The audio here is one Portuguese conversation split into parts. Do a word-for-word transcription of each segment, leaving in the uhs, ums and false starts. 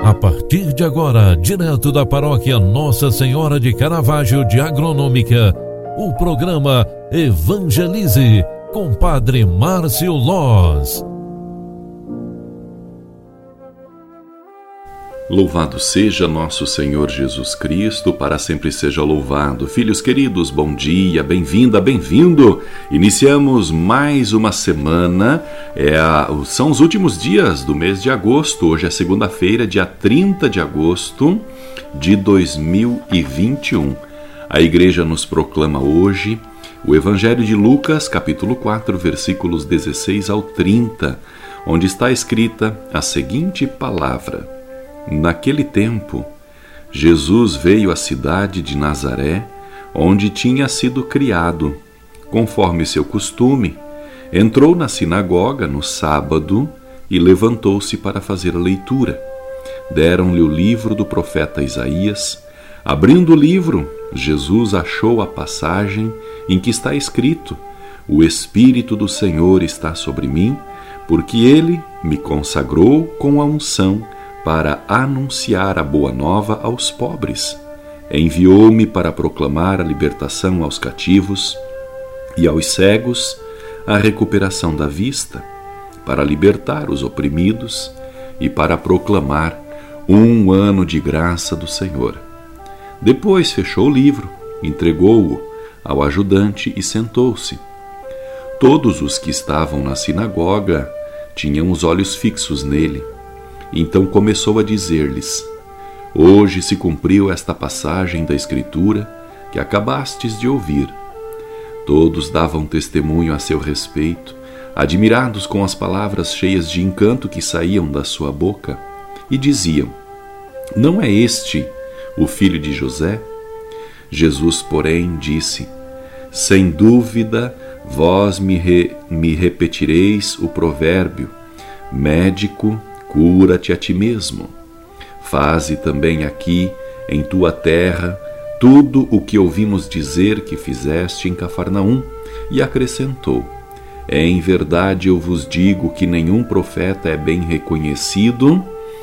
A partir de agora, direto da paróquia Nossa Senhora de Caravaggio de Agronômica, o programa Evangelize, com Padre Márcio Loz. Louvado seja nosso Senhor Jesus Cristo, para sempre seja louvado. Filhos queridos, bom dia, bem-vinda, bem-vindo. Iniciamos mais uma semana, é a, são os últimos dias do mês de agosto. Hoje é segunda-feira, dia trinta de agosto de dois mil e vinte e um. A igreja nos proclama hoje o Evangelho de Lucas, capítulo quatro, versículos dezesseis ao trinta, onde está escrita a seguinte palavra: Naquele tempo, Jesus veio à cidade de Nazaré, onde tinha sido criado. Conforme seu costume, entrou na sinagoga no sábado e levantou-se para fazer a leitura. Deram-lhe o livro do profeta Isaías. Abrindo o livro, Jesus achou a passagem em que está escrito: O Espírito do Senhor está sobre mim, porque ele me consagrou com a unção para anunciar a boa nova aos pobres. Enviou-me para proclamar a libertação aos cativos e aos cegos a recuperação da vista, para libertar os oprimidos e para proclamar um ano de graça do Senhor. Depois fechou o livro, entregou-o ao ajudante e sentou-se. Todos os que estavam na sinagoga tinham os olhos fixos nele. Então começou a dizer-lhes: Hoje se cumpriu esta passagem da Escritura que acabastes de ouvir. Todos davam testemunho a seu respeito, admirados com as palavras cheias de encanto que saíam da sua boca, e diziam: Não é este o filho de José? Jesus, porém, disse: Sem dúvida, vós me, re, me repetireis o provérbio: Médico, cura-te a ti mesmo. Faze também aqui, em tua terra, tudo o que ouvimos dizer que fizeste em Cafarnaum. E acrescentou: Em verdade eu vos digo que nenhum profeta é bem reconhecido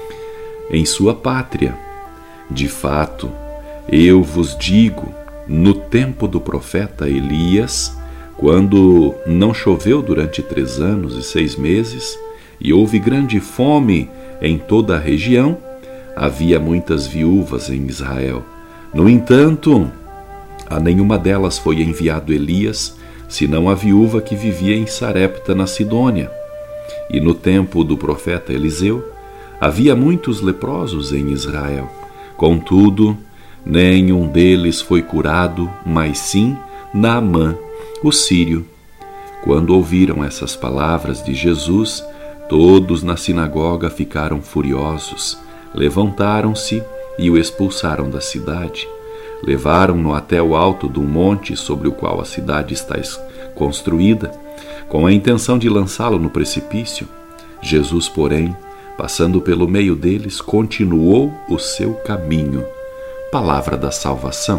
em sua pátria. De fato, eu vos digo, no tempo do profeta Elias, quando não choveu durante três anos e seis meses, e houve grande fome em toda a região, havia muitas viúvas em Israel. No entanto, a nenhuma delas foi enviado Elias, senão a viúva que vivia em Sarepta, na Sidônia. E no tempo do profeta Eliseu, havia muitos leprosos em Israel. Contudo, nenhum deles foi curado, mas sim Naamã, o sírio. Quando ouviram essas palavras de Jesus, todos na sinagoga ficaram furiosos, levantaram-se e o expulsaram da cidade. Levaram-no até o alto do monte sobre o qual a cidade está construída, com a intenção de lançá-lo no precipício. Jesus, porém, passando pelo meio deles, continuou o seu caminho. Palavra da salvação.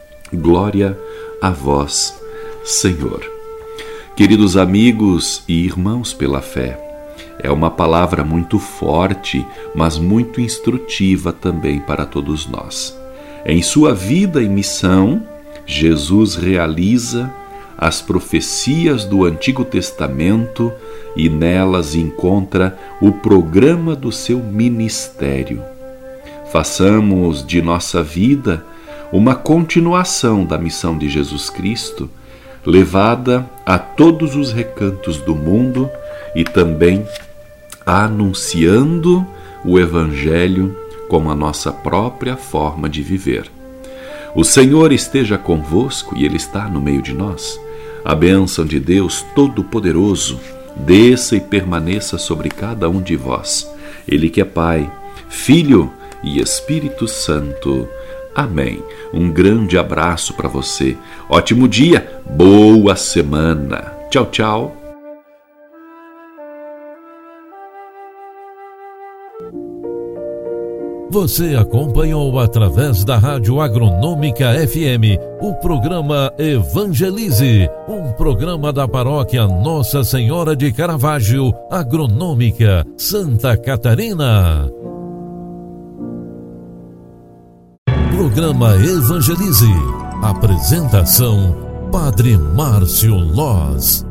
Glória a vós, Senhor. Queridos amigos e irmãos pela fé, é uma palavra muito forte, mas muito instrutiva também para todos nós. Em sua vida e missão, Jesus realiza as profecias do Antigo Testamento e nelas encontra o programa do seu ministério. Façamos de nossa vida uma continuação da missão de Jesus Cristo, levada a todos os recantos do mundo e também anunciando o Evangelho como a nossa própria forma de viver. O Senhor esteja convosco e Ele está no meio de nós. A bênção de Deus Todo-Poderoso desça e permaneça sobre cada um de vós. Ele que é Pai, Filho e Espírito Santo. Amém. Um grande abraço para você. Ótimo dia, boa semana. Tchau, tchau. Você acompanhou através da Rádio Agronômica F M o programa Evangelize, um programa da paróquia Nossa Senhora de Caravaggio, Agronômica, Santa Catarina. Programa Evangelize. Apresentação: Padre Márcio Loz.